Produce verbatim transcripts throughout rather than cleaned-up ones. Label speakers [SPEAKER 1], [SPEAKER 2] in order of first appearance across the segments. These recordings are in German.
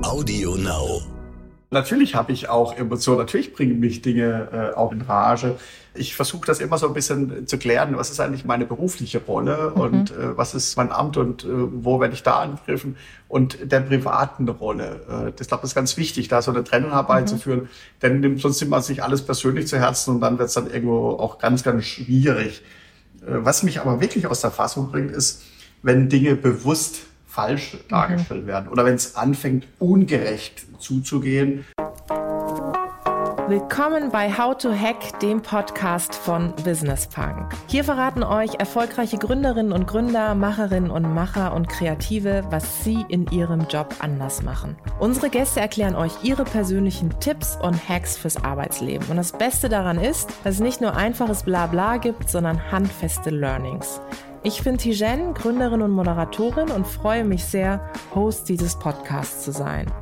[SPEAKER 1] Audio Now.
[SPEAKER 2] Natürlich habe ich auch Emotionen, natürlich bringen mich Dinge äh, auch in Rage. Ich versuche das immer so ein bisschen zu klären, was ist eigentlich meine berufliche Rolle mhm. und äh, was ist mein Amt und äh, wo werde ich da angegriffen und der privaten Rolle. Äh, das glaube ich ist ganz wichtig, da so eine Trennung herbeizuführen, mhm. denn sonst nimmt man sich alles persönlich zu Herzen und dann wird es dann irgendwo auch ganz, ganz schwierig. Äh, was mich aber wirklich aus der Fassung bringt, ist, wenn Dinge bewusst falsch dargestellt mhm. werden oder wenn es anfängt, ungerecht zuzugehen.
[SPEAKER 3] Willkommen bei How to Hack, dem Podcast von Business Punk. Hier verraten euch erfolgreiche Gründerinnen und Gründer, Macherinnen und Macher und Kreative, was sie in ihrem Job anders machen. Unsere Gäste erklären euch ihre persönlichen Tipps und Hacks fürs Arbeitsleben. Und das Beste daran ist, dass es nicht nur einfaches Blabla gibt, sondern handfeste Learnings. Ich bin Tijen, Gründerin und Moderatorin und freue mich sehr, Host dieses Podcasts zu sein.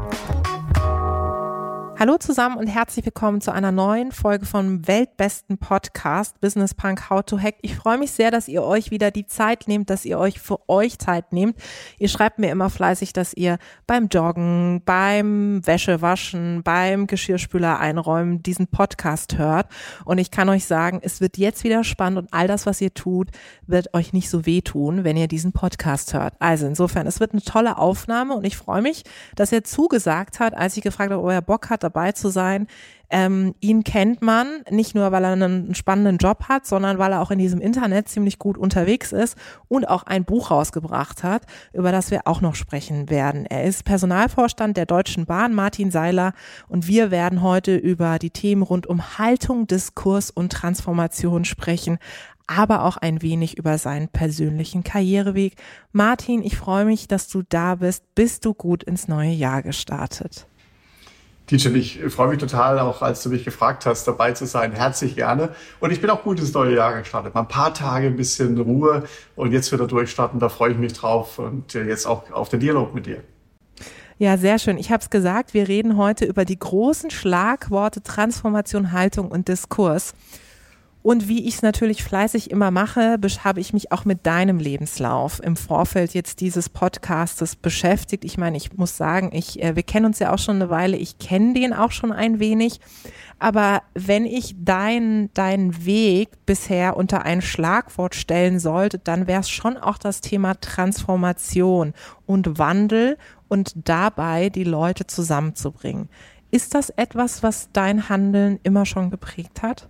[SPEAKER 3] Hallo zusammen und herzlich willkommen zu einer neuen Folge vom weltbesten Podcast Business Punk How to Hack. Ich freue mich sehr, dass ihr euch wieder die Zeit nehmt, dass ihr euch für euch Zeit nehmt. Ihr schreibt mir immer fleißig, dass ihr beim Joggen, beim Wäschewaschen, beim Geschirrspüler einräumen diesen Podcast hört. Und ich kann euch sagen, es wird jetzt wieder spannend und all das, was ihr tut, wird euch nicht so wehtun, wenn ihr diesen Podcast hört. Also insofern, es wird eine tolle Aufnahme und ich freue mich, dass er zugesagt hat, als ich gefragt habe, ob er Bock hat, dabei zu sein. Ähm, ihn kennt man nicht nur, weil er einen spannenden Job hat, sondern weil er auch in diesem Internet ziemlich gut unterwegs ist und auch ein Buch rausgebracht hat, über das wir auch noch sprechen werden. Er ist Personalvorstand der Deutschen Bahn, Martin Seiler, und wir werden heute über die Themen rund um Haltung, Diskurs und Transformation sprechen, aber auch ein wenig über seinen persönlichen Karriereweg. Martin, ich freue mich, dass du da bist. Bist du gut ins neue Jahr gestartet?
[SPEAKER 2] Tijen, ich freue mich total, auch als du mich gefragt hast, dabei zu sein. Herzlich gerne. Und ich bin auch gut ins neue Jahr gestartet. Mal ein paar Tage, ein bisschen Ruhe und jetzt wieder durchstarten. Da freue ich mich drauf und jetzt auch auf den Dialog mit dir.
[SPEAKER 3] Ja, sehr schön. Ich habe es gesagt, wir reden heute über die großen Schlagworte Transformation, Haltung und Diskurs. Und wie ich es natürlich fleißig immer mache, habe ich mich auch mit deinem Lebenslauf im Vorfeld jetzt dieses Podcastes beschäftigt. Ich meine, ich muss sagen, ich, äh, wir kennen uns ja auch schon eine Weile, ich kenne den auch schon ein wenig. Aber wenn ich deinen deinen Weg bisher unter ein Schlagwort stellen sollte, dann wäre es schon auch das Thema Transformation und Wandel und dabei die Leute zusammenzubringen. Ist das etwas, was dein Handeln immer schon geprägt hat?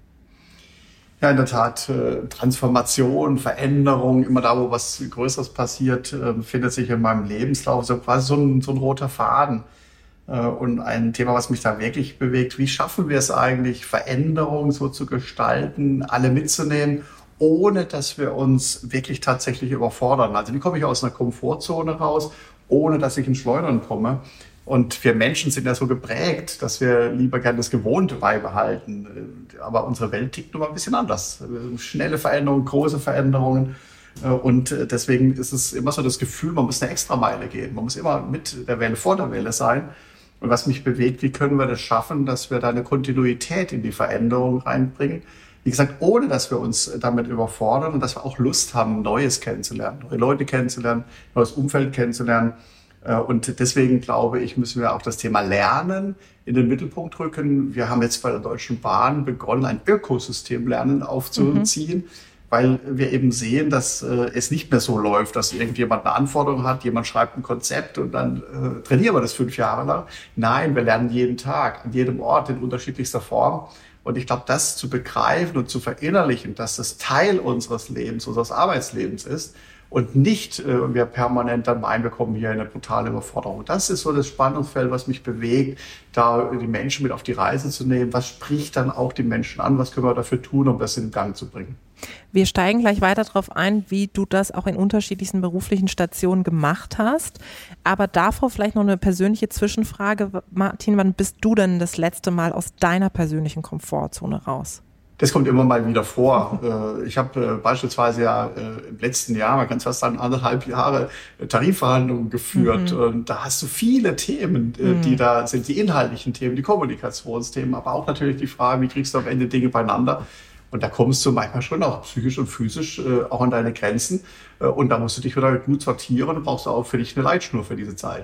[SPEAKER 2] Ja, in der Tat, äh, Transformation, Veränderung, immer da, wo was Größeres passiert, äh, findet sich in meinem Lebenslauf so quasi so ein, so ein roter Faden. Äh, und ein Thema, was mich da wirklich bewegt, wie schaffen wir es eigentlich, Veränderung so zu gestalten, alle mitzunehmen, ohne dass wir uns wirklich tatsächlich überfordern. Also wie komme ich aus einer Komfortzone raus, ohne dass ich ins Schleudern komme? Und wir Menschen sind ja so geprägt, dass wir lieber gerne das Gewohnte beibehalten. Aber unsere Welt tickt nun mal ein bisschen anders. Schnelle Veränderungen, große Veränderungen. Und deswegen ist es immer so das Gefühl, man muss eine Extrameile gehen. Man muss immer mit der Welle vor der Welle sein. Und was mich bewegt, wie können wir das schaffen, dass wir da eine Kontinuität in die Veränderung reinbringen? Wie gesagt, ohne dass wir uns damit überfordern und dass wir auch Lust haben, Neues kennenzulernen, neue Leute kennenzulernen, neues Umfeld kennenzulernen. Und deswegen glaube ich, müssen wir auch das Thema Lernen in den Mittelpunkt rücken. Wir haben jetzt bei der Deutschen Bahn begonnen, ein Ökosystem Lernen aufzuziehen, mhm. weil wir eben sehen, dass äh, es nicht mehr so läuft, dass irgendjemand eine Anforderung hat, jemand schreibt ein Konzept und dann äh, trainieren wir das fünf Jahre lang. Nein, wir lernen jeden Tag, an jedem Ort, in unterschiedlichster Form. Und ich glaube, das zu begreifen und zu verinnerlichen, dass das Teil unseres Lebens, unseres Arbeitslebens ist, und nicht äh, wir permanent dann meinen, wir kommen hier in eine brutale Überforderung. Das ist so das Spannungsfeld, was mich bewegt, da die Menschen mit auf die Reise zu nehmen. Was spricht dann auch die Menschen an? Was können wir dafür tun, um das in Gang zu bringen?
[SPEAKER 3] Wir steigen gleich weiter darauf ein, wie du das auch in unterschiedlichsten beruflichen Stationen gemacht hast. Aber davor vielleicht noch eine persönliche Zwischenfrage. Martin, wann bist du denn das letzte Mal aus deiner persönlichen Komfortzone raus?
[SPEAKER 2] Das kommt immer mal wieder vor. Ich habe beispielsweise ja im letzten Jahr, man kann es fast sagen, anderthalb Jahre Tarifverhandlungen geführt. Mhm. Und da hast du viele Themen, die mhm. da sind, die inhaltlichen Themen, die Kommunikationsthemen, aber auch natürlich die Frage, wie kriegst du am Ende Dinge beieinander? Und da kommst du manchmal schon auch psychisch und physisch auch an deine Grenzen. Und da musst du dich wieder gut sortieren und brauchst auch für dich eine Leitschnur für diese Zeit.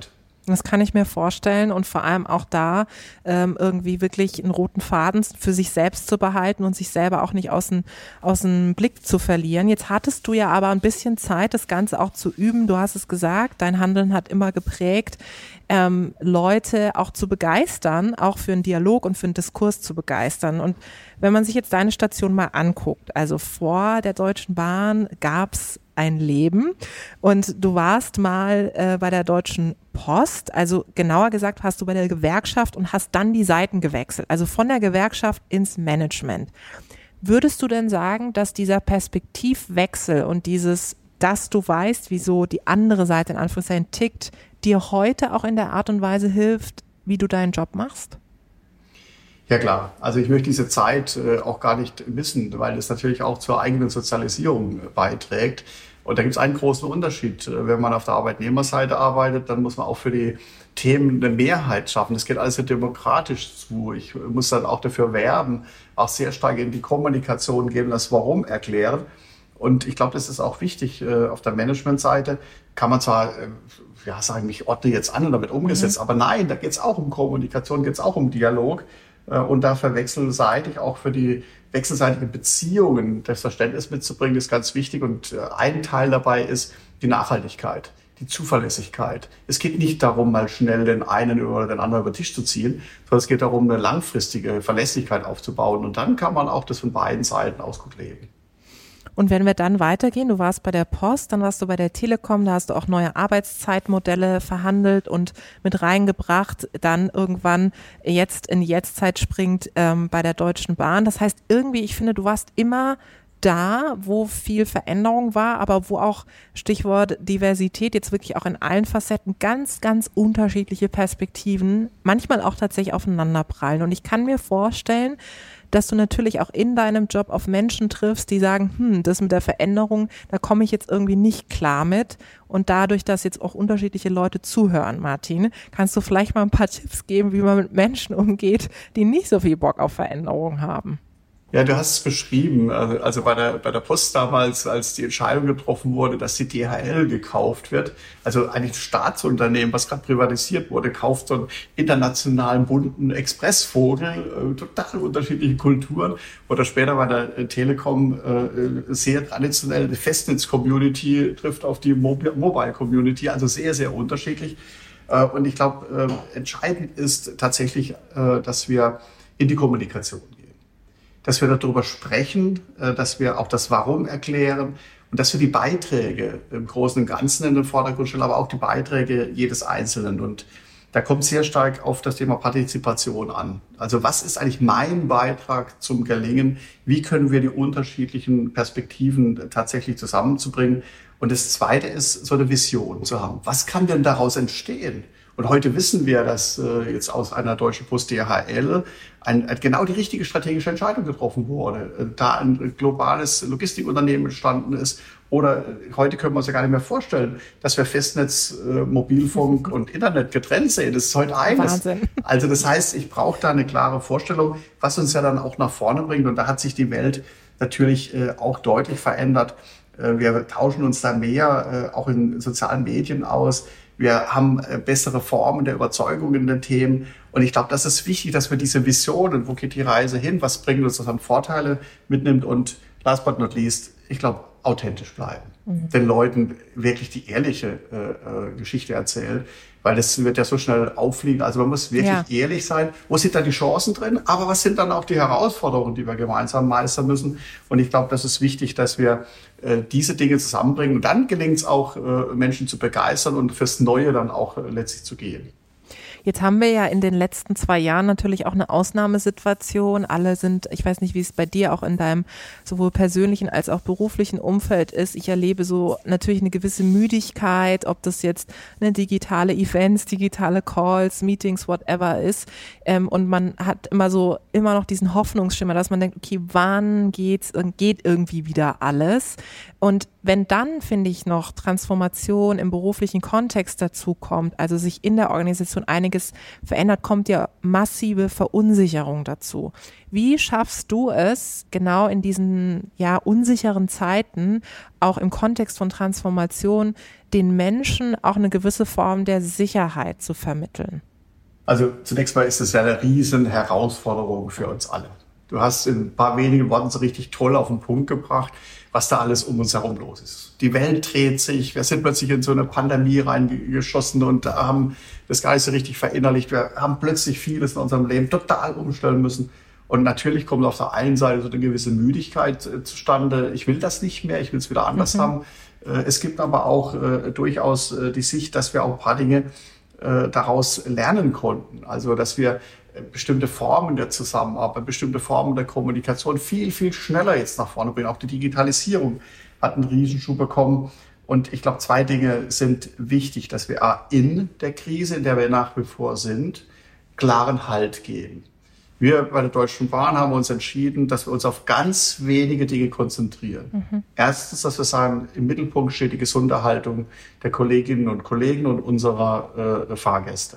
[SPEAKER 3] Das kann ich mir vorstellen und vor allem auch da ähm, irgendwie wirklich einen roten Faden für sich selbst zu behalten und sich selber auch nicht aus dem, aus dem Blick zu verlieren. Jetzt hattest du ja aber ein bisschen Zeit, das Ganze auch zu üben. Du hast es gesagt, dein Handeln hat immer geprägt, ähm, Leute auch zu begeistern, auch für einen Dialog und für einen Diskurs zu begeistern. Und wenn man sich jetzt deine Station mal anguckt, also vor der Deutschen Bahn gab es ein Leben und du warst mal äh, bei der Deutschen Post, also genauer gesagt hast du bei der Gewerkschaft und hast dann die Seiten gewechselt, also von der Gewerkschaft ins Management. Würdest du denn sagen, dass dieser Perspektivwechsel und dieses, dass du weißt, wieso die andere Seite in Anführungszeichen tickt, dir heute auch in der Art und Weise hilft, wie du deinen Job machst?
[SPEAKER 2] Ja klar, also ich möchte diese Zeit äh, auch gar nicht missen, weil es natürlich auch zur eigenen Sozialisierung äh, beiträgt. Und da gibt es einen großen Unterschied. Wenn man auf der Arbeitnehmerseite arbeitet, dann muss man auch für die Themen eine Mehrheit schaffen. Das geht alles sehr demokratisch zu. Ich muss dann auch dafür werben, auch sehr stark in die Kommunikation gehen, das Warum erklären. Und ich glaube, das ist auch wichtig. Auf der Managementseite kann man zwar ja, sagen, ich ordne jetzt an und damit umgesetzt, mhm. aber nein, da geht es auch um Kommunikation, geht es auch um Dialog. Und da verwechselseitig auch für die wechselseitigen Beziehungen das Verständnis mitzubringen, ist ganz wichtig. Und ein Teil dabei ist die Nachhaltigkeit, die Zuverlässigkeit. Es geht nicht darum, mal schnell den einen oder den anderen über den Tisch zu ziehen, sondern es geht darum, eine langfristige Verlässlichkeit aufzubauen. Und dann kann man auch das von beiden Seiten aus gut leben.
[SPEAKER 3] Und wenn wir dann weitergehen, du warst bei der Post, dann warst du bei der Telekom, da hast du auch neue Arbeitszeitmodelle verhandelt und mit reingebracht, dann irgendwann jetzt in die Jetztzeit springt ähm, bei der Deutschen Bahn. Das heißt irgendwie, ich finde, du warst immer da, wo viel Veränderung war, aber wo auch, Stichwort Diversität, jetzt wirklich auch in allen Facetten ganz, ganz unterschiedliche Perspektiven, manchmal auch tatsächlich aufeinanderprallen. Und ich kann mir vorstellen, dass du natürlich auch in deinem Job auf Menschen triffst, die sagen, hm, das mit der Veränderung, da komme ich jetzt irgendwie nicht klar mit. Und dadurch, dass jetzt auch unterschiedliche Leute zuhören, Martin, kannst du vielleicht mal ein paar Tipps geben, wie man mit Menschen umgeht, die nicht so viel Bock auf Veränderung haben?
[SPEAKER 2] Ja, du hast es beschrieben. Also bei der, bei der Post damals, als die Entscheidung getroffen wurde, dass die D H L gekauft wird, also eigentlich ein Staatsunternehmen, was gerade privatisiert wurde, kauft so einen internationalen bunten Expressvogel, total unterschiedliche Kulturen. Oder später bei der Telekom sehr traditionell eine Festnetz-Community trifft auf die Mobile-Community, also sehr, sehr unterschiedlich. Und ich glaube, entscheidend ist tatsächlich, dass wir in die Kommunikation gehen. Dass wir darüber sprechen, dass wir auch das Warum erklären und dass wir die Beiträge im Großen und Ganzen in den Vordergrund stellen, aber auch die Beiträge jedes Einzelnen. Und da kommt sehr stark auf das Thema Partizipation an. Also was ist eigentlich mein Beitrag zum Gelingen? Wie können wir die unterschiedlichen Perspektiven tatsächlich zusammenzubringen? Und das Zweite ist, so eine Vision zu haben. Was kann denn daraus entstehen? Und heute wissen wir, dass äh, jetzt aus einer Deutschen Post D H L ein, ein, genau die richtige strategische Entscheidung getroffen wurde. Äh, da ein globales Logistikunternehmen entstanden ist. Oder äh, heute können wir uns ja gar nicht mehr vorstellen, dass wir Festnetz, äh, Mobilfunk und Internet getrennt sehen. Das ist heute eines. Wahnsinn. Also das heißt, ich brauche da eine klare Vorstellung, was uns ja dann auch nach vorne bringt. Und da hat sich die Welt natürlich äh, auch deutlich verändert. Äh, wir tauschen uns da mehr, äh, auch in sozialen Medien aus. Wir haben bessere Formen der Überzeugung in den Themen. Und ich glaube, das ist wichtig, dass wir diese Visionen, wo geht die Reise hin, was bringt uns das an Vorteile, mitnimmt. Und last but not least, ich glaube, authentisch bleiben. Mhm. Den Leuten wirklich die ehrliche äh, Geschichte erzählen. Weil das wird ja so schnell auffliegen. Also man muss wirklich ja. ehrlich sein. Wo sind da die Chancen drin? Aber was sind dann auch die Herausforderungen, die wir gemeinsam meistern müssen? Und ich glaube, das ist wichtig, dass wir äh, diese Dinge zusammenbringen. Und dann gelingt es auch, äh, Menschen zu begeistern und fürs Neue dann auch äh, letztlich zu gehen.
[SPEAKER 3] Jetzt haben wir ja in den letzten zwei Jahren natürlich auch eine Ausnahmesituation. Alle sind, ich weiß nicht, wie es bei dir auch in deinem sowohl persönlichen als auch beruflichen Umfeld ist. Ich erlebe so natürlich eine gewisse Müdigkeit, ob das jetzt eine digitale Events, digitale Calls, Meetings, whatever ist. Und man hat immer so, immer noch diesen Hoffnungsschimmer, dass man denkt, okay, wann geht's, geht irgendwie wieder alles? Und wenn dann, finde ich, noch Transformation im beruflichen Kontext dazu kommt, also sich in der Organisation einiges verändert, kommt ja massive Verunsicherung dazu. Wie schaffst du es, genau in diesen ja unsicheren Zeiten, auch im Kontext von Transformation, den Menschen auch eine gewisse Form der Sicherheit zu vermitteln?
[SPEAKER 2] Also zunächst mal ist es ja eine riesen Herausforderung für uns alle. Du hast in ein paar wenigen Worten so richtig toll auf den Punkt gebracht, was da alles um uns herum los ist. Die Welt dreht sich, wir sind plötzlich in so eine Pandemie reingeschossen und haben das gar nicht so richtig verinnerlicht. Wir haben plötzlich vieles in unserem Leben total umstellen müssen. Und natürlich kommt auf der einen Seite so eine gewisse Müdigkeit äh, zustande. Ich will das nicht mehr, ich will es wieder anders mhm. haben. Äh, es gibt aber auch äh, durchaus äh, die Sicht, dass wir auch ein paar Dinge äh, daraus lernen konnten. Also, dass wir bestimmte Formen der Zusammenarbeit, bestimmte Formen der Kommunikation viel, viel schneller jetzt nach vorne bringen. Auch die Digitalisierung hat einen Riesenschub bekommen. Und ich glaube, zwei Dinge sind wichtig, dass wir in der Krise, in der wir nach wie vor sind, klaren Halt geben. Wir bei der Deutschen Bahn haben uns entschieden, dass wir uns auf ganz wenige Dinge konzentrieren. Mhm. Erstens, dass wir sagen, im Mittelpunkt steht die Gesunderhaltung der Kolleginnen und Kollegen und unserer äh, Fahrgäste.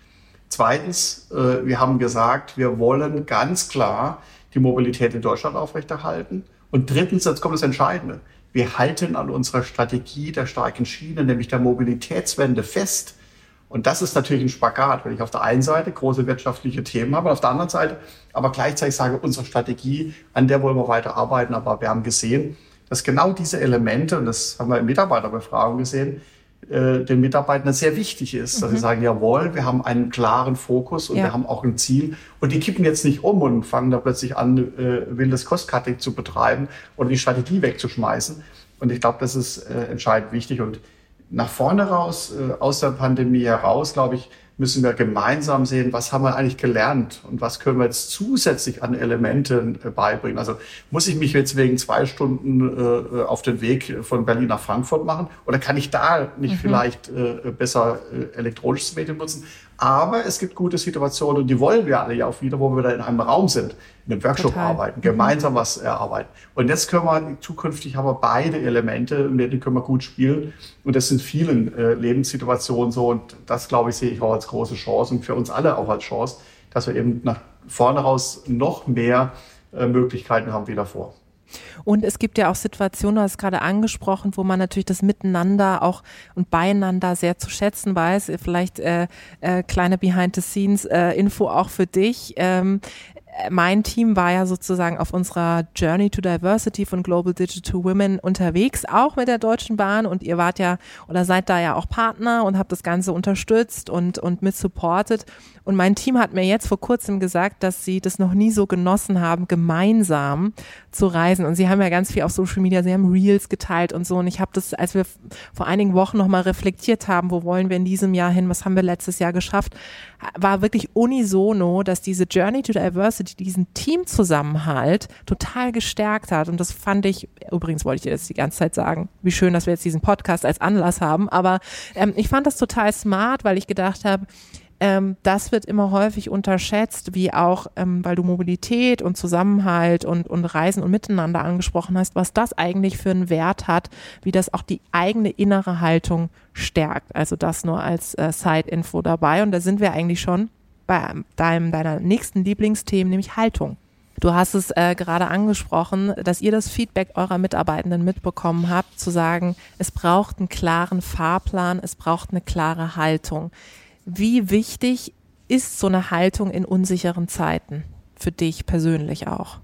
[SPEAKER 2] Zweitens, äh, wir haben gesagt, wir wollen ganz klar die Mobilität in Deutschland aufrechterhalten. Und drittens, jetzt kommt das Entscheidende, wir halten an unserer Strategie der starken Schiene, nämlich der Mobilitätswende, fest. Und das ist natürlich ein Spagat, wenn ich auf der einen Seite große wirtschaftliche Themen habe, auf der anderen Seite aber gleichzeitig sage, unsere Strategie, an der wollen wir weiter arbeiten. Aber wir haben gesehen, dass genau diese Elemente, und das haben wir in Mitarbeiterbefragung gesehen, den Mitarbeitern sehr wichtig ist, dass mhm. sie sagen, jawohl, wir haben einen klaren Fokus und ja. wir haben auch ein Ziel. Und die kippen jetzt nicht um und fangen da plötzlich an, äh, wildes Cost-Cutting zu betreiben oder die Strategie wegzuschmeißen. Und ich glaube, das ist äh, entscheidend wichtig. Und nach vorne raus, äh, aus der Pandemie heraus, glaube ich, müssen wir gemeinsam sehen, was haben wir eigentlich gelernt und was können wir jetzt zusätzlich an Elementen äh, beibringen. Also muss ich mich jetzt wegen zwei Stunden äh, auf den Weg von Berlin nach Frankfurt machen oder kann ich da nicht mhm. vielleicht äh, besser äh, elektronisches Medium nutzen? Aber es gibt gute Situationen und die wollen wir alle ja auch wieder, wo wir da in einem Raum sind, in einem Workshop Total. arbeiten, gemeinsam mhm. was erarbeiten. Und jetzt können wir, zukünftig haben wir beide Elemente, mit denen können wir gut spielen. Und das sind vielen äh, Lebenssituationen so. Und das, glaube ich, sehe ich auch als große Chance und für uns alle auch als Chance, dass wir eben nach vorne raus noch mehr äh, Möglichkeiten haben wie davor.
[SPEAKER 3] Und es gibt ja auch Situationen, du hast es gerade angesprochen, wo man natürlich das Miteinander auch und beieinander sehr zu schätzen weiß. Vielleicht äh, äh, kleine Behind-the-Scenes-Info äh, auch für dich. Ähm, Mein Team war ja sozusagen auf unserer Journey to Diversity von Global Digital Women unterwegs, auch mit der Deutschen Bahn, und ihr wart ja oder seid da ja auch Partner und habt das Ganze unterstützt und und mit supportet. Und mein Team hat mir jetzt vor kurzem gesagt, dass sie das noch nie so genossen haben, gemeinsam zu reisen. Und sie haben ja ganz viel auf Social Media, sie haben Reels geteilt und so. Und ich habe das, als wir vor einigen Wochen nochmal reflektiert haben, wo wollen wir in diesem Jahr hin, was haben wir letztes Jahr geschafft, war wirklich unisono, dass diese Journey to Diversity diesen Teamzusammenhalt total gestärkt hat. Und das fand ich, übrigens wollte ich dir das die ganze Zeit sagen, wie schön, dass wir jetzt diesen Podcast als Anlass haben. Aber ähm, ich fand das total smart, weil ich gedacht habe, Ähm, das wird immer häufig unterschätzt, wie auch, ähm, weil du Mobilität und Zusammenhalt und, und Reisen und Miteinander angesprochen hast, was das eigentlich für einen Wert hat, wie das auch die eigene innere Haltung stärkt. Also das nur als äh, Side-Info dabei. Und da sind wir eigentlich schon bei deinem, deiner nächsten Lieblingsthemen, nämlich Haltung. Du hast es äh, gerade angesprochen, dass ihr das Feedback eurer Mitarbeitenden mitbekommen habt, zu sagen, es braucht einen klaren Fahrplan, es braucht eine klare Haltung. Wie wichtig ist so eine Haltung in unsicheren Zeiten für dich persönlich auch?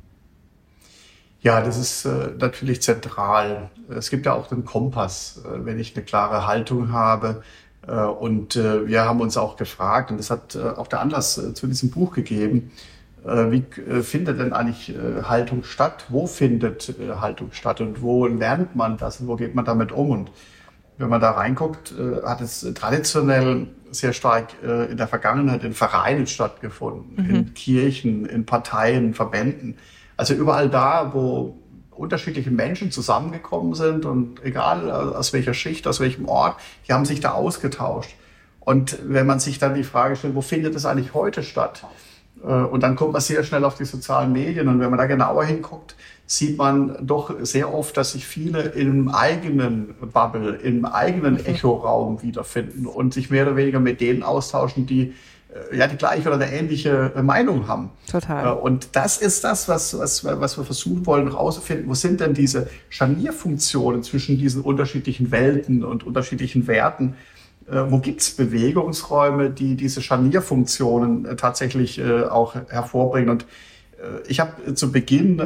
[SPEAKER 2] Ja, das ist äh, natürlich zentral. Es gibt ja auch den Kompass, äh, wenn ich eine klare Haltung habe. Äh, und äh, wir haben uns auch gefragt, und das hat äh, auch der Anlass äh, zu diesem Buch gegeben, äh, wie äh, findet denn eigentlich äh, Haltung statt? Wo findet äh, Haltung statt und wo lernt man das und wo geht man damit um? Und wenn man da reinguckt, äh, hat es traditionell sehr stark äh, in der Vergangenheit in Vereinen stattgefunden, mhm. in Kirchen, in Parteien, Verbänden. Also überall da, wo unterschiedliche Menschen zusammengekommen sind und egal aus welcher Schicht, aus welchem Ort, die haben sich da ausgetauscht. Und wenn man sich dann die Frage stellt, wo findet es eigentlich heute statt? Und dann kommt man sehr schnell auf die sozialen Medien. Und wenn man da genauer hinguckt, sieht man doch sehr oft, dass sich viele im eigenen Bubble, im eigenen mhm. Echoraum wiederfinden und sich mehr oder weniger mit denen austauschen, die ja die gleiche oder eine ähnliche Meinung haben.
[SPEAKER 3] Total.
[SPEAKER 2] Und das ist das, was, was, was wir versuchen wollen herauszufinden. Wo sind denn diese Scharnierfunktionen zwischen diesen unterschiedlichen Welten und unterschiedlichen Werten? Wo gibt es Bewegungsräume, die diese Scharnierfunktionen tatsächlich auch hervorbringen? Und ich habe zu Beginn,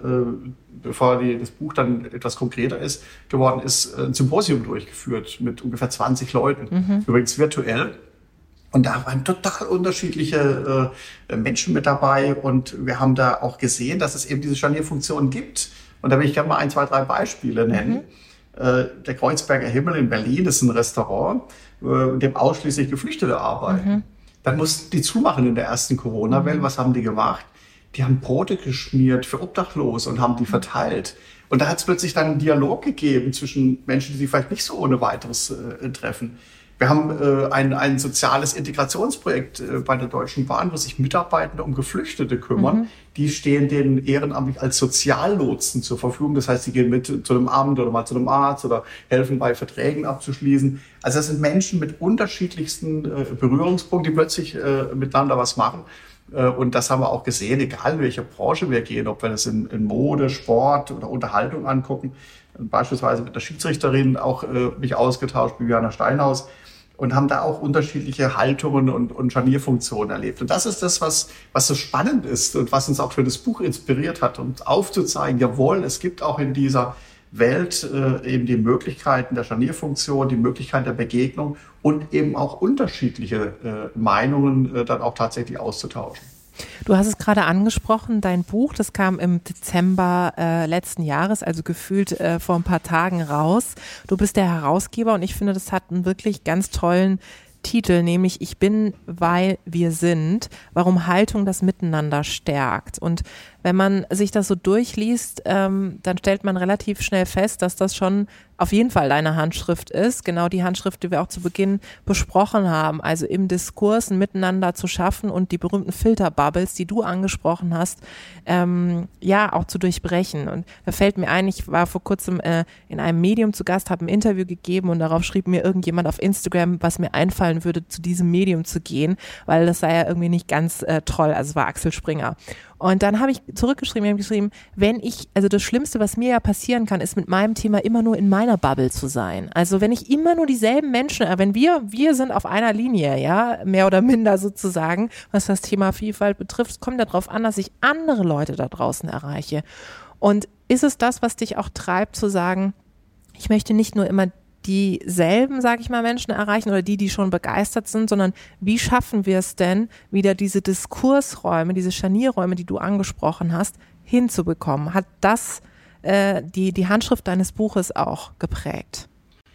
[SPEAKER 2] bevor die, das Buch dann etwas konkreter ist, geworden ist, ein Symposium durchgeführt mit ungefähr zwanzig Leuten, mhm. übrigens virtuell. Und da waren total unterschiedliche äh, Menschen mit dabei. Und wir haben da auch gesehen, dass es eben diese Scharnierfunktionen gibt. Und da will ich gerne mal ein, zwei, drei Beispiele nennen. Mhm. Äh, der Kreuzberger Himmel in Berlin ist ein Restaurant, äh, in dem ausschließlich Geflüchtete arbeiten. Mhm. Dann mussten die zumachen in der ersten Corona-Welle. Mhm. Was haben die gemacht? Die haben Brote geschmiert für Obdachlose und haben die verteilt. Und da hat es plötzlich dann einen Dialog gegeben zwischen Menschen, die sich vielleicht nicht so ohne weiteres äh, treffen. Wir haben äh, ein, ein soziales Integrationsprojekt äh, bei der Deutschen Bahn, wo sich Mitarbeitende um Geflüchtete kümmern. Mhm. Die stehen denen ehrenamtlich als Soziallotsen zur Verfügung. Das heißt, sie gehen mit zu einem Amt oder mal zu einem Arzt oder helfen bei Verträgen abzuschließen. Also das sind Menschen mit unterschiedlichsten äh, Berührungspunkten, die plötzlich äh, miteinander was machen. Äh, und das haben wir auch gesehen, egal in welche Branche wir gehen, ob wir das in, in Mode, Sport oder Unterhaltung angucken. Beispielsweise mit der Schiedsrichterin auch äh, mich ausgetauscht, Viviana Steinhaus. Und haben da auch unterschiedliche Haltungen und, und Scharnierfunktionen erlebt. Und das ist das, was, was so spannend ist und was uns auch für das Buch inspiriert hat, um aufzuzeigen, jawohl, es gibt auch in dieser Welt äh, eben die Möglichkeiten der Scharnierfunktion, die Möglichkeit der Begegnung und eben auch unterschiedliche äh, Meinungen äh, dann auch tatsächlich auszutauschen.
[SPEAKER 3] Du hast es gerade angesprochen, dein Buch, das kam im Dezember äh, letzten Jahres, also gefühlt äh, vor ein paar Tagen raus. Du bist der Herausgeber und ich finde, das hat einen wirklich ganz tollen Titel, nämlich Ich bin, weil wir sind, warum Haltung das Miteinander stärkt. Und wenn man sich das so durchliest, ähm, dann stellt man relativ schnell fest, dass das schon auf jeden Fall deine Handschrift ist, genau die Handschrift, die wir auch zu Beginn besprochen haben, also im Diskurs ein Miteinander zu schaffen und die berühmten Filterbubbles, die du angesprochen hast, ähm, ja, auch zu durchbrechen. Und da fällt mir ein, ich war vor kurzem äh, in einem Medium zu Gast, habe ein Interview gegeben und darauf schrieb mir irgendjemand auf Instagram, was mir einfallen würde, zu diesem Medium zu gehen, weil das sei ja irgendwie nicht ganz äh, toll, also es war Axel Springer. Und dann habe ich zurückgeschrieben, ich habe geschrieben, wenn ich, also das Schlimmste, was mir ja passieren kann, ist mit meinem Thema immer nur in meiner Bubble zu sein. Also wenn ich immer nur dieselben Menschen, wenn wir, wir sind auf einer Linie, ja, mehr oder minder sozusagen, was das Thema Vielfalt betrifft, kommt darauf an, dass ich andere Leute da draußen erreiche. Und ist es das, was dich auch treibt, zu sagen, ich möchte nicht nur immer dieselben, sage ich mal, Menschen erreichen oder die, die schon begeistert sind, sondern wie schaffen wir es denn, wieder diese Diskursräume, diese Scharnierräume, die du angesprochen hast, hinzubekommen? Hat das äh, die, die Handschrift deines Buches auch geprägt?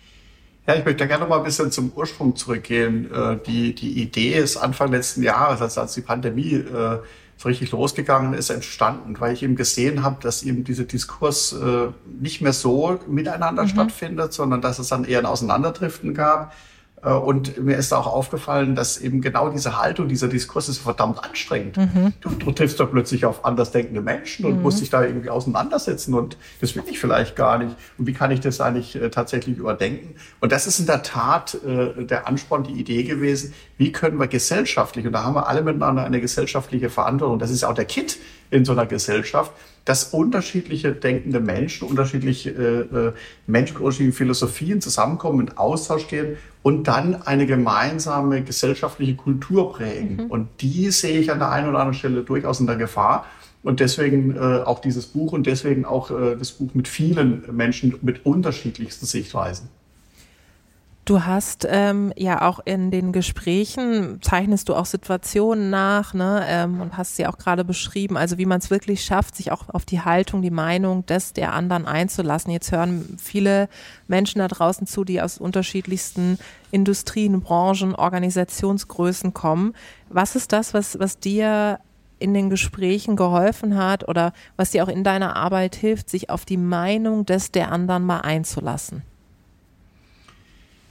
[SPEAKER 2] Ja, ich möchte gerne noch mal ein bisschen zum Ursprung zurückgehen. Äh, die, die Idee ist Anfang letzten Jahres, als, als die Pandemie äh, so richtig losgegangen ist, entstanden, weil ich eben gesehen habe, dass eben dieser Diskurs äh, nicht mehr so miteinander mhm. stattfindet, sondern dass es dann eher ein Auseinanderdriften gab. Äh, und mir ist auch aufgefallen, dass eben genau diese Haltung, dieser Diskurs ist verdammt anstrengend. Mhm. Du, du triffst doch plötzlich auf andersdenkende Menschen und mhm. musst dich da irgendwie auseinandersetzen und das will ich vielleicht gar nicht. Und wie kann ich das eigentlich äh, tatsächlich überdenken? Und das ist in der Tat äh, der Ansporn, die Idee gewesen, wie können wir gesellschaftlich, und da haben wir alle miteinander eine gesellschaftliche Verantwortung, das ist auch der Kit in so einer Gesellschaft, dass unterschiedliche denkende Menschen, unterschiedliche äh, Menschen mit unterschiedlichen Philosophien zusammenkommen, in Austausch gehen und dann eine gemeinsame gesellschaftliche Kultur prägen. Mhm. Und die sehe ich an der einen oder anderen Stelle durchaus in der Gefahr. Und deswegen äh, auch dieses Buch und deswegen auch äh, das Buch mit vielen Menschen mit unterschiedlichsten Sichtweisen.
[SPEAKER 3] Du hast ähm, ja auch in den Gesprächen, zeichnest du auch Situationen nach, ne, ähm, und hast sie auch gerade beschrieben, also wie man es wirklich schafft, sich auch auf die Haltung, die Meinung des der anderen einzulassen. Jetzt hören viele Menschen da draußen zu, die aus unterschiedlichsten Industrien, Branchen, Organisationsgrößen kommen. Was ist das, was, was dir in den Gesprächen geholfen hat oder was dir auch in deiner Arbeit hilft, sich auf die Meinung des der anderen mal einzulassen?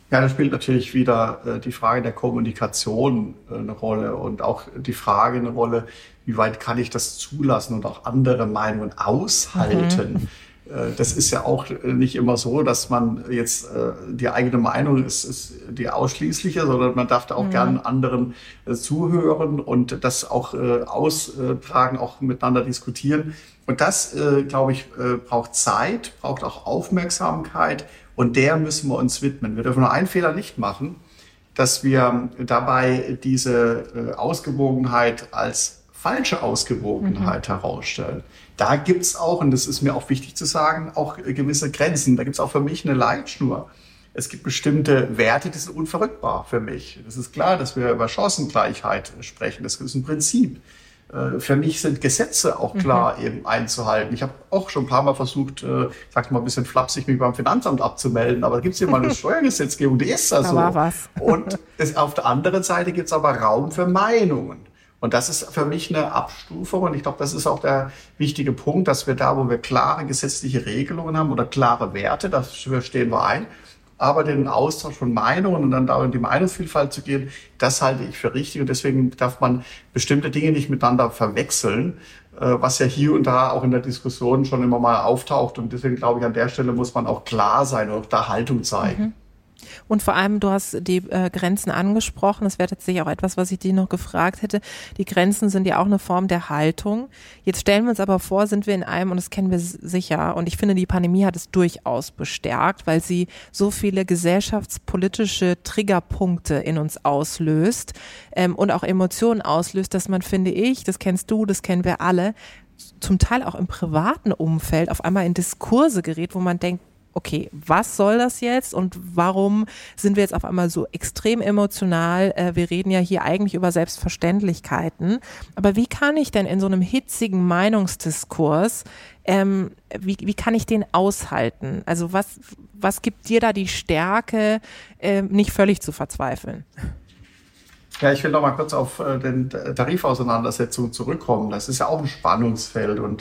[SPEAKER 2] Ja, da spielt natürlich wieder äh, die Frage der Kommunikation äh, eine Rolle und auch die Frage eine Rolle, wie weit kann ich das zulassen und auch andere Meinungen aushalten. Mhm. Äh, das ist ja auch nicht immer so, dass man jetzt äh, die eigene Meinung ist, ist die ausschließliche, sondern man darf da auch mhm. gern anderen äh, zuhören und das auch äh, austragen, auch miteinander diskutieren. Und das, äh, glaube ich, äh, braucht Zeit, braucht auch Aufmerksamkeit. Und der müssen wir uns widmen. Wir dürfen nur einen Fehler nicht machen, dass wir dabei diese Ausgewogenheit als falsche Ausgewogenheit mhm. herausstellen. Da gibt's auch, und das ist mir auch wichtig zu sagen, auch gewisse Grenzen. Da gibt's auch für mich eine Leitschnur. Es gibt bestimmte Werte, die sind unverrückbar für mich. Es ist klar, dass wir über Chancengleichheit sprechen. Das ist ein Prinzip. Für mich sind Gesetze auch klar mhm. eben einzuhalten. Ich habe auch schon ein paar Mal versucht, äh, sag mal ein bisschen flapsig, mich beim Finanzamt abzumelden, aber da gibt es hier mal eine Steuergesetzgebung, die ist da so.
[SPEAKER 3] Da war was.
[SPEAKER 2] Und es, auf der anderen Seite gibt es aber Raum für Meinungen. Und das ist für mich eine Abstufung und ich glaube, das ist auch der wichtige Punkt, dass wir da, wo wir klare gesetzliche Regelungen haben oder klare Werte, dafür stehen wir ein, aber den Austausch von Meinungen und dann da in die Meinungsvielfalt zu gehen, das halte ich für richtig. Und deswegen darf man bestimmte Dinge nicht miteinander verwechseln, was ja hier und da auch in der Diskussion schon immer mal auftaucht. Und deswegen glaube ich, an der Stelle muss man auch klar sein und auch da Haltung zeigen.
[SPEAKER 3] Mhm. Und vor allem, du hast die äh, Grenzen angesprochen. Das wäre tatsächlich auch etwas, was ich dich noch gefragt hätte. Die Grenzen sind ja auch eine Form der Haltung. Jetzt stellen wir uns aber vor, sind wir in einem, und das kennen wir sicher, und ich finde, die Pandemie hat es durchaus bestärkt, weil sie so viele gesellschaftspolitische Triggerpunkte in uns auslöst ähm, und auch Emotionen auslöst, dass man, finde ich, das kennst du, das kennen wir alle, zum Teil auch im privaten Umfeld auf einmal in Diskurse gerät, wo man denkt, okay, was soll das jetzt und warum sind wir jetzt auf einmal so extrem emotional? Wir reden ja hier eigentlich über Selbstverständlichkeiten. Aber wie kann ich denn in so einem hitzigen Meinungsdiskurs, ähm, wie, wie kann ich den aushalten? Also was, was gibt dir da die Stärke, äh, nicht völlig zu verzweifeln?
[SPEAKER 2] Ja, ich will noch mal kurz auf äh, den Tarifauseinandersetzung zurückkommen. Das ist ja auch ein Spannungsfeld und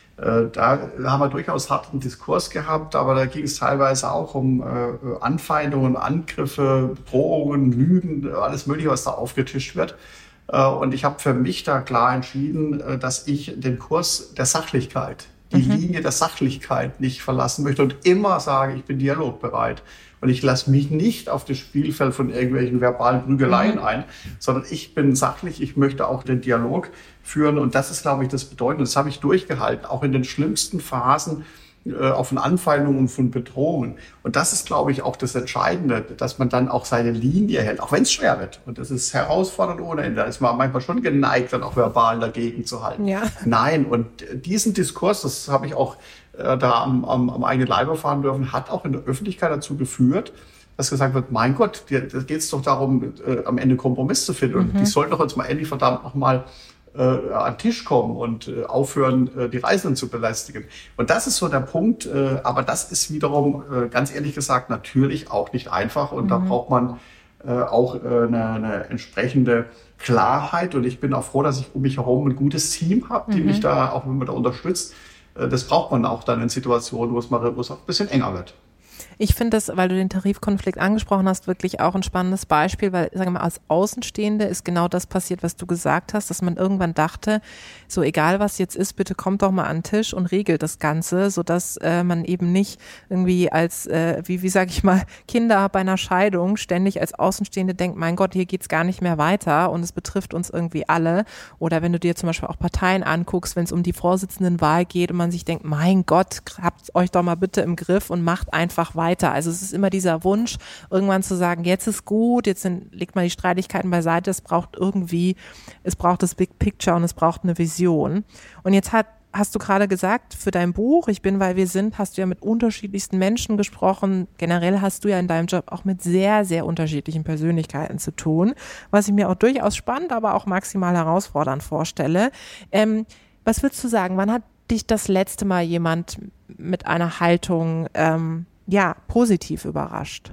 [SPEAKER 2] da haben wir durchaus harten Diskurs gehabt, aber da ging es teilweise auch um äh, Anfeindungen, Angriffe, Drohungen, Lügen, alles Mögliche, was da aufgetischt wird. Äh, und ich habe für mich da klar entschieden, äh, dass ich den Kurs der Sachlichkeit, die mhm. Linie der Sachlichkeit nicht verlassen möchte und immer sage, ich bin dialogbereit. Und ich lasse mich nicht auf das Spielfeld von irgendwelchen verbalen Prügeleien mhm. ein, sondern ich bin sachlich, ich möchte auch den Dialog führen. Und das ist, glaube ich, das Bedeutende. Das habe ich durchgehalten, auch in den schlimmsten Phasen äh, auch von Anfeindungen und von Bedrohungen. Und das ist, glaube ich, auch das Entscheidende, dass man dann auch seine Linie hält, auch wenn es schwer wird. Und das ist herausfordernd ohne Ende. Da ist man manchmal schon geneigt, dann auch verbal dagegen zu halten.
[SPEAKER 3] Ja.
[SPEAKER 2] Nein, und diesen Diskurs, das habe ich auch äh, da am, am, am eigenen Leib erfahren dürfen, hat auch in der Öffentlichkeit dazu geführt, dass gesagt wird, mein Gott, da geht es doch darum, äh, am Ende Kompromiss zu finden. Und mhm. die sollten doch jetzt mal endlich verdammt noch mal äh, an den Tisch kommen und äh, aufhören, äh, die Reisenden zu belästigen. Und das ist so der Punkt. Äh, aber das ist wiederum, äh, ganz ehrlich gesagt, natürlich auch nicht einfach. Und mhm. da braucht man äh, auch äh, eine, eine entsprechende Klarheit. Und ich bin auch froh, dass ich um mich herum ein gutes Team habe, die mhm. mich da auch immer da unterstützt. Äh, das braucht man auch dann in Situationen, wo es mal wo es auch ein bisschen enger wird.
[SPEAKER 3] Ich finde das, weil du den Tarifkonflikt angesprochen hast, wirklich auch ein spannendes Beispiel, weil, sagen wir mal, als Außenstehende ist genau das passiert, was du gesagt hast, dass man irgendwann dachte, so egal was jetzt ist, bitte kommt doch mal an den Tisch und regelt das Ganze, sodass äh, man eben nicht irgendwie als, äh, wie, wie sage ich mal, Kinder bei einer Scheidung ständig als Außenstehende denkt, mein Gott, hier geht's gar nicht mehr weiter und es betrifft uns irgendwie alle. Oder wenn du dir zum Beispiel auch Parteien anguckst, wenn es um die Vorsitzendenwahl geht und man sich denkt, mein Gott, habt euch doch mal bitte im Griff und macht einfach weiter. Weiter. Also es ist immer dieser Wunsch, irgendwann zu sagen, jetzt ist gut, jetzt sind, legt man die Streitigkeiten beiseite, es braucht irgendwie, es braucht das Big Picture und es braucht eine Vision. Und jetzt hat, hast du gerade gesagt, für dein Buch, Ich bin, weil wir sind, hast du ja mit unterschiedlichsten Menschen gesprochen. Generell hast du ja in deinem Job auch mit sehr, sehr unterschiedlichen Persönlichkeiten zu tun, was ich mir auch durchaus spannend, aber auch maximal herausfordernd vorstelle. Ähm, was würdest du sagen, wann hat dich das letzte Mal jemand mit einer Haltung ähm, ja, positiv überrascht?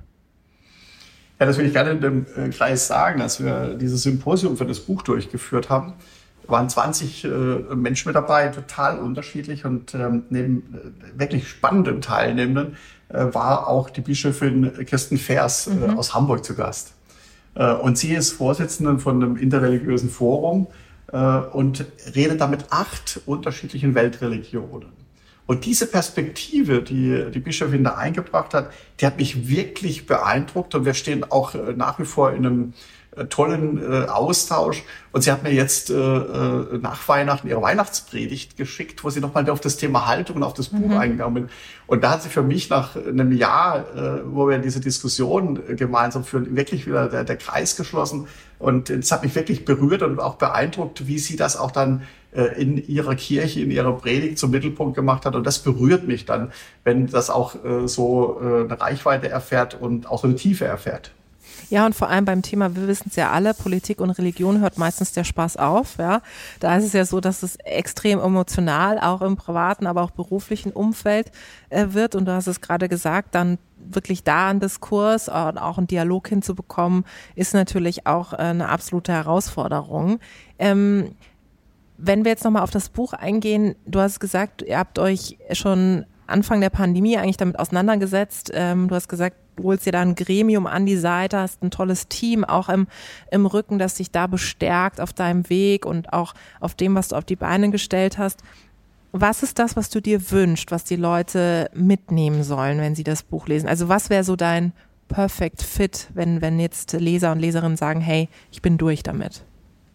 [SPEAKER 2] Ja, das will ich gerne in dem äh, Kreis sagen, als wir dieses Symposium für das Buch durchgeführt haben, waren zwanzig äh, Menschen mit dabei, total unterschiedlich und ähm, neben äh, wirklich spannenden Teilnehmenden war auch die Bischöfin Kirsten Vers mhm. aus Hamburg zu Gast. Und sie ist Vorsitzende von einem interreligiösen Forum und redet da mit acht unterschiedlichen Weltreligionen. Und diese Perspektive, die die Bischöfin da eingebracht hat, die hat mich wirklich beeindruckt. Und wir stehen auch nach wie vor in einem tollen äh, Austausch. Und sie hat mir jetzt äh, nach Weihnachten ihre Weihnachtspredigt geschickt, wo sie nochmal auf das Thema Haltung und auf das Buch mhm. eingegangen ist. Und da hat sie für mich nach einem Jahr, äh, wo wir diese Diskussion gemeinsam führen, wirklich wieder der, der Kreis geschlossen. Und es hat mich wirklich berührt und auch beeindruckt, wie sie das auch dann äh, in ihrer Kirche, in ihrer Predigt zum Mittelpunkt gemacht hat. Und das berührt mich dann, wenn das auch äh, so äh, eine Reichweite erfährt und auch so eine Tiefe erfährt.
[SPEAKER 3] Ja, und vor allem beim Thema, wir wissen es ja alle, Politik und Religion hört meistens der Spaß auf. Ja, da ist es ja so, dass es extrem emotional auch im privaten, aber auch beruflichen Umfeld äh, wird. Und du hast es gerade gesagt, dann wirklich da einen Diskurs und auch einen Dialog hinzubekommen, ist natürlich auch eine absolute Herausforderung. Ähm, wenn wir jetzt nochmal auf das Buch eingehen, du hast gesagt, ihr habt euch schon Anfang der Pandemie eigentlich damit auseinandergesetzt. Ähm, du hast gesagt, du holst dir da ein Gremium an die Seite, hast ein tolles Team auch im, im Rücken, das dich da bestärkt auf deinem Weg und auch auf dem, was du auf die Beine gestellt hast. Was ist das, was du dir wünschst, was die Leute mitnehmen sollen, wenn sie das Buch lesen? Also was wäre so dein Perfect Fit, wenn, wenn jetzt Leser und Leserinnen sagen, hey, ich bin durch damit?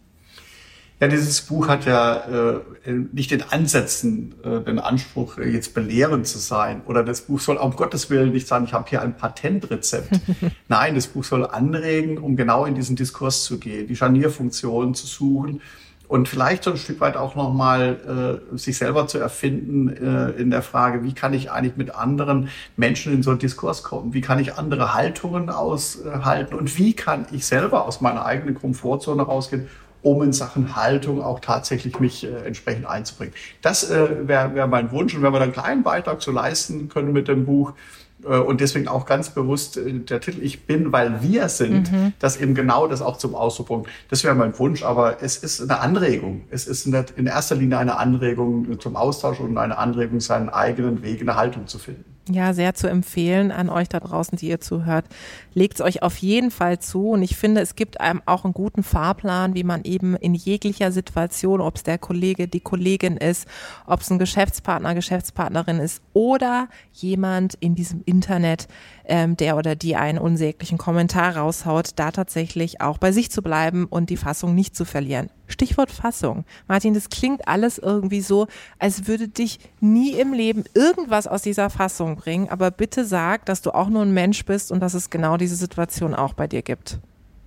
[SPEAKER 2] Ja, dieses Buch hat ja äh, nicht in Ansätzen äh, den Anspruch, äh, jetzt belehrend zu sein. Oder das Buch soll um Gottes Willen nicht sagen, ich habe hier ein Patentrezept. Nein, das Buch soll anregen, um genau in diesen Diskurs zu gehen, die Scharnierfunktionen zu suchen und vielleicht so ein Stück weit auch nochmal äh, sich selber zu erfinden äh, in der Frage, wie kann ich eigentlich mit anderen Menschen in so einen Diskurs kommen? Wie kann ich andere Haltungen aushalten? Und wie kann ich selber aus meiner eigenen Komfortzone rausgehen, um in Sachen Haltung auch tatsächlich mich äh, entsprechend einzubringen. Das äh, wäre wär mein Wunsch. Und wenn wir dann einen kleinen Beitrag zu leisten können mit dem Buch äh, und deswegen auch ganz bewusst äh, der Titel Ich bin, weil wir sind, mhm. dass eben genau das auch zum Ausdruck kommt. Das wäre mein Wunsch, aber es ist eine Anregung. Es ist nicht in erster Linie eine Anregung zum Austausch und eine Anregung, seinen eigenen Weg in der Haltung zu finden.
[SPEAKER 3] Ja, sehr zu empfehlen an euch da draußen, die ihr zuhört. Legt es euch auf jeden Fall zu und ich finde, es gibt einem auch einen guten Fahrplan, wie man eben in jeglicher Situation, ob es der Kollege, die Kollegin ist, ob es ein Geschäftspartner, Geschäftspartnerin ist oder jemand in diesem Internet, ähm, der oder die einen unsäglichen Kommentar raushaut, da tatsächlich auch bei sich zu bleiben und die Fassung nicht zu verlieren. Stichwort Fassung. Martin, das klingt alles irgendwie so, als würde dich nie im Leben irgendwas aus dieser Fassung bringen, aber bitte sag, dass du auch nur ein Mensch bist und dass es genau diese Situation auch bei dir gibt.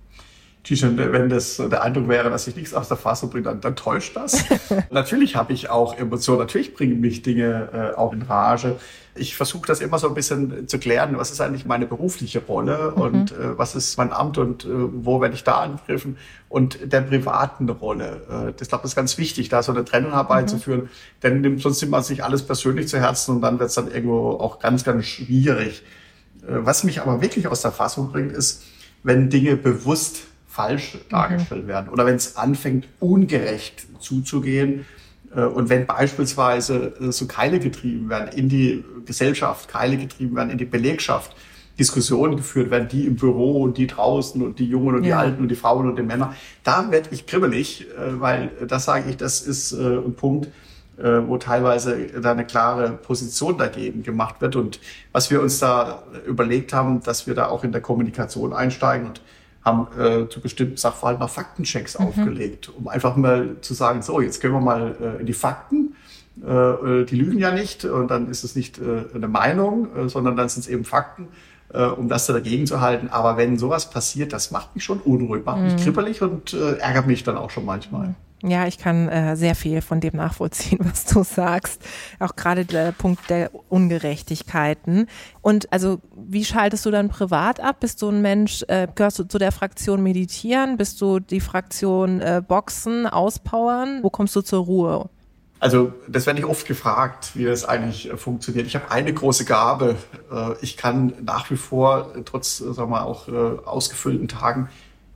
[SPEAKER 2] Tisha, wenn das der Eindruck wäre, dass ich nichts aus der Fassung bringe, dann, dann täuscht das. Natürlich habe ich auch Emotionen, natürlich bringen mich Dinge äh, auch in Rage. Ich versuche das immer so ein bisschen zu klären, was ist eigentlich meine berufliche Rolle mhm. und äh, was ist mein Amt und äh, wo werde ich da angegriffen und der privaten Rolle. Äh, das glaube ich ist ganz wichtig, da so eine Trennung herbeizuführen, mhm. denn sonst nimmt man sich alles persönlich zu Herzen und dann wird es dann irgendwo auch ganz, ganz schwierig. Äh, was mich aber wirklich aus der Fassung bringt, ist, wenn Dinge bewusst falsch dargestellt mhm. werden oder wenn es anfängt, ungerecht zuzugehen äh, und wenn beispielsweise äh, so Keile getrieben werden in die Gesellschaft, Keile getrieben werden in die Belegschaft, Diskussionen geführt werden, die im Büro und die draußen und die Jungen und ja. die Alten und die Frauen und die Männer, da werde ich kribbelig, äh, weil das sage ich, das ist äh, ein Punkt, äh, wo teilweise da eine klare Position dagegen gemacht wird und was wir uns da überlegt haben, dass wir da auch in der Kommunikation einsteigen und haben äh, zu bestimmten Sachverhalten noch Faktenchecks mhm. aufgelegt, um einfach mal zu sagen, so, jetzt gehen wir mal äh, in die Fakten. Äh, die lügen ja nicht und dann ist es nicht äh, eine Meinung, äh, sondern dann sind es eben Fakten, äh, um das dagegen zu halten. Aber wenn sowas passiert, das macht mich schon unruhig, macht mhm. mich kribbelig und äh, ärgert mich dann auch schon manchmal.
[SPEAKER 3] Ja, ich kann äh, sehr viel von dem nachvollziehen, was du sagst. Auch gerade der Punkt der Ungerechtigkeiten. Und also, wie schaltest du dann privat ab? Bist du ein Mensch, äh, gehörst du zu der Fraktion Meditieren? Bist du die Fraktion äh, Boxen, Auspowern? Wo kommst du zur Ruhe?
[SPEAKER 2] Also, das werde ich oft gefragt, wie das eigentlich äh, funktioniert. Ich habe eine große Gabe. Äh, ich kann nach wie vor, äh, trotz, äh, sagen wir mal, auch äh, ausgefüllten Tagen,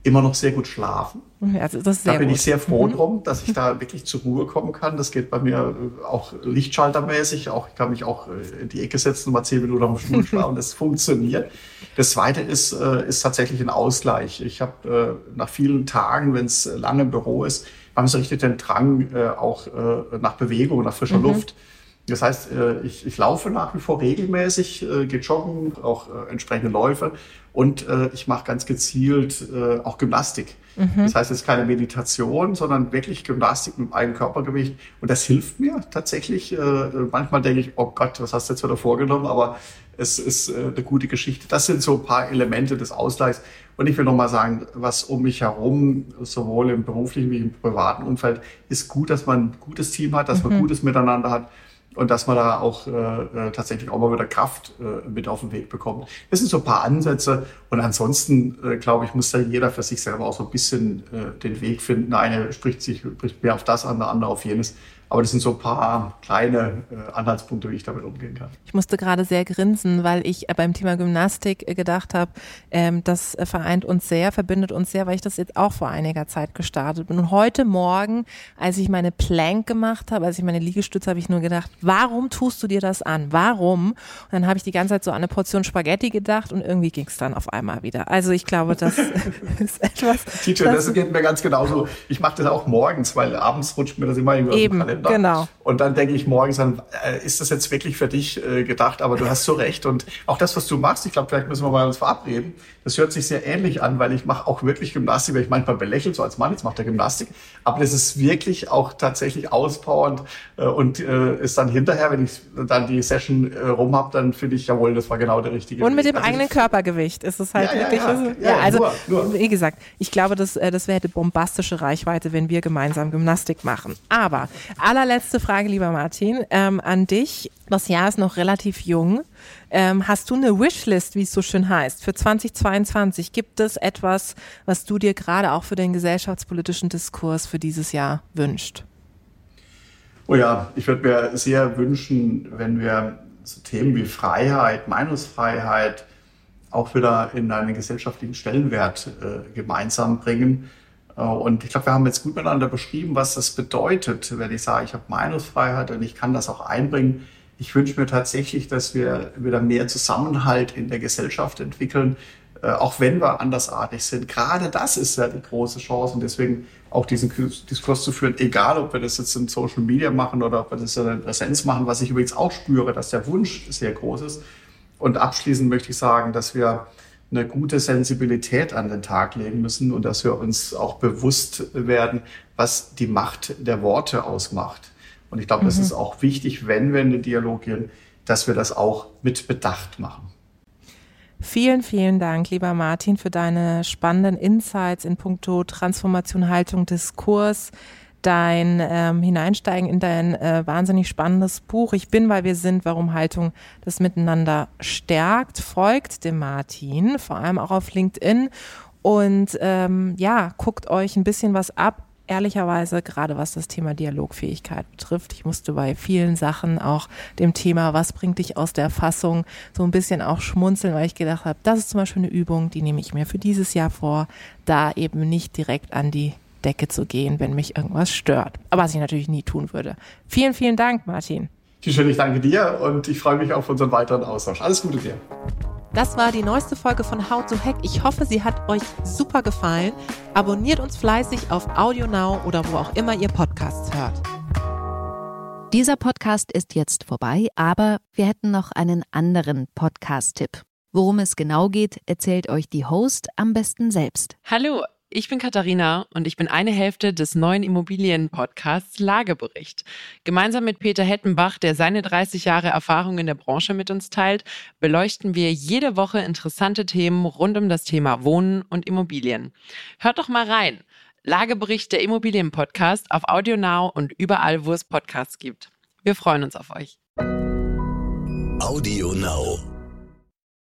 [SPEAKER 2] immer noch sehr gut schlafen.
[SPEAKER 3] Also das ist sehr
[SPEAKER 2] da bin
[SPEAKER 3] gut.
[SPEAKER 2] ich sehr froh
[SPEAKER 3] mhm.
[SPEAKER 2] drum, dass ich da wirklich zur Ruhe kommen kann. Das geht bei mir auch lichtschaltermäßig. Auch, ich kann mich auch in die Ecke setzen und mal zehn Minuten auf dem Stuhl schlafen. Das funktioniert. Das Zweite ist, ist tatsächlich ein Ausgleich. Ich habe nach vielen Tagen, wenn es lange im Büro ist, haben sie richtig den Drang auch nach Bewegung, nach frischer mhm. Luft. Das heißt, ich, ich laufe nach wie vor regelmäßig, gehe joggen, auch entsprechende Läufe und ich mache ganz gezielt auch Gymnastik. Mhm. Das heißt, es ist keine Meditation, sondern wirklich Gymnastik mit dem eigenen Körpergewicht. Und das hilft mir tatsächlich. Manchmal denke ich, oh Gott, was hast du jetzt wieder vorgenommen? Aber es ist eine gute Geschichte. Das sind so ein paar Elemente des Ausgleichs. Und ich will noch mal sagen, was um mich herum, sowohl im beruflichen wie im privaten Umfeld, ist gut, dass man ein gutes Team hat, dass mhm. man gutes Miteinander hat. Und dass man da auch äh, tatsächlich auch mal wieder Kraft äh, mit auf den Weg bekommt. Das sind so ein paar Ansätze. Und ansonsten, äh, glaube ich, muss da jeder für sich selber auch so ein bisschen äh, den Weg finden. Der eine spricht sich spricht mehr auf das an, der andere auf jenes. Aber das sind so ein paar kleine äh, Anhaltspunkte, wie ich damit umgehen kann.
[SPEAKER 3] Ich musste gerade sehr grinsen, weil ich äh, beim Thema Gymnastik äh, gedacht habe, ähm, das äh, vereint uns sehr, verbindet uns sehr, weil ich das jetzt auch vor einiger Zeit gestartet bin. Und heute Morgen, als ich meine Plank gemacht habe, als ich meine Liegestütze, habe ich nur gedacht, warum tust du dir das an? Warum? Und dann habe ich die ganze Zeit so an eine Portion Spaghetti gedacht und irgendwie ging es dann auf einmal wieder. Also ich glaube, das ist etwas...
[SPEAKER 2] Teacher, das, das geht mir ganz genauso. Ich mache das auch morgens, weil abends rutscht mir das immer irgendwie aus dem Kalender.
[SPEAKER 3] Genau.
[SPEAKER 2] Und dann denke ich morgens dann, äh, ist das jetzt wirklich für dich äh, gedacht? Aber du hast so recht. Und auch das, was du machst, ich glaube, vielleicht müssen wir mal uns verabreden. Das hört sich sehr ähnlich an, weil ich mache auch wirklich Gymnastik, weil ich manchmal belächelt, so als Mann, jetzt macht er Gymnastik. Aber das ist wirklich auch tatsächlich auspowernd äh, und äh, ist dann hinterher, wenn ich dann die Session äh, rum habe, dann finde ich, jawohl, das war genau der richtige
[SPEAKER 3] Und mit
[SPEAKER 2] Weg.
[SPEAKER 3] dem
[SPEAKER 2] Also
[SPEAKER 3] eigenen
[SPEAKER 2] ich,
[SPEAKER 3] Körpergewicht ist es halt
[SPEAKER 2] ja,
[SPEAKER 3] wirklich...
[SPEAKER 2] Ja, ja,
[SPEAKER 3] also,
[SPEAKER 2] ja,
[SPEAKER 3] ja, also
[SPEAKER 2] nur, nur.
[SPEAKER 3] wie gesagt, ich glaube, das, das wäre eine bombastische Reichweite, wenn wir gemeinsam Gymnastik machen. Aber allerletzte Frage, lieber Martin, ähm, an dich. Das Jahr ist noch relativ jung. Ähm, hast du eine Wishlist, wie es so schön heißt, für zwanzig zweiundzwanzig? Gibt es etwas, was du dir gerade auch für den gesellschaftspolitischen Diskurs für dieses Jahr wünschst?
[SPEAKER 2] Oh ja, ich würde mir sehr wünschen, wenn wir so Themen wie Freiheit, Meinungsfreiheit auch wieder in einen gesellschaftlichen Stellenwert äh, gemeinsam bringen. Und ich glaube, wir haben jetzt gut miteinander beschrieben, was das bedeutet, wenn ich sage, ich habe Meinungsfreiheit und ich kann das auch einbringen. Ich wünsche mir tatsächlich, dass wir wieder mehr Zusammenhalt in der Gesellschaft entwickeln, auch wenn wir andersartig sind. Gerade das ist ja die große Chance und deswegen auch diesen Diskurs zu führen, egal ob wir das jetzt in Social Media machen oder ob wir das in Präsenz machen, was ich übrigens auch spüre, dass der Wunsch sehr groß ist. Und abschließend möchte ich sagen, dass wir eine gute Sensibilität an den Tag legen müssen und dass wir uns auch bewusst werden, was die Macht der Worte ausmacht. Und ich glaube, mhm. das ist auch wichtig, wenn wir in den Dialog gehen, dass wir das auch mit Bedacht machen.
[SPEAKER 3] Vielen, vielen Dank, lieber Martin, für deine spannenden Insights in puncto Transformation, Haltung, Diskurs, dein ähm, Hineinsteigen in dein äh, wahnsinnig spannendes Buch Ich bin, weil wir sind, warum Haltung das Miteinander stärkt. Folgt dem Martin, vor allem auch auf LinkedIn und ähm, ja, guckt euch ein bisschen was ab. Ehrlicherweise, gerade was das Thema Dialogfähigkeit betrifft. Ich musste bei vielen Sachen auch dem Thema, was bringt dich aus der Fassung, so ein bisschen auch schmunzeln, weil ich gedacht habe, das ist zum Beispiel eine Übung, die nehme ich mir für dieses Jahr vor, da eben nicht direkt an die Decke zu gehen, wenn mich irgendwas stört. Aber was ich natürlich nie tun würde. Vielen, vielen Dank, Martin.
[SPEAKER 2] Schön, ich danke dir und ich freue mich auf unseren weiteren Austausch. Alles Gute dir.
[SPEAKER 3] Das war die neueste Folge von How to Hack. Ich hoffe, sie hat euch super gefallen. Abonniert uns fleißig auf AudioNow oder wo auch immer ihr Podcasts hört.
[SPEAKER 1] Dieser Podcast ist jetzt vorbei, aber wir hätten noch einen anderen Podcast-Tipp. Worum es genau geht, erzählt euch die Host am besten selbst.
[SPEAKER 4] Hallo, ich bin Katharina und ich bin eine Hälfte des neuen Immobilien-Podcasts Lagebericht. Gemeinsam mit Peter Hettenbach, der seine dreißig Jahre Erfahrung in der Branche mit uns teilt, beleuchten wir jede Woche interessante Themen rund um das Thema Wohnen und Immobilien. Hört doch mal rein. Lagebericht, der Immobilien-Podcast auf AudioNow und überall, wo es Podcasts gibt. Wir freuen uns auf euch.
[SPEAKER 5] AudioNow.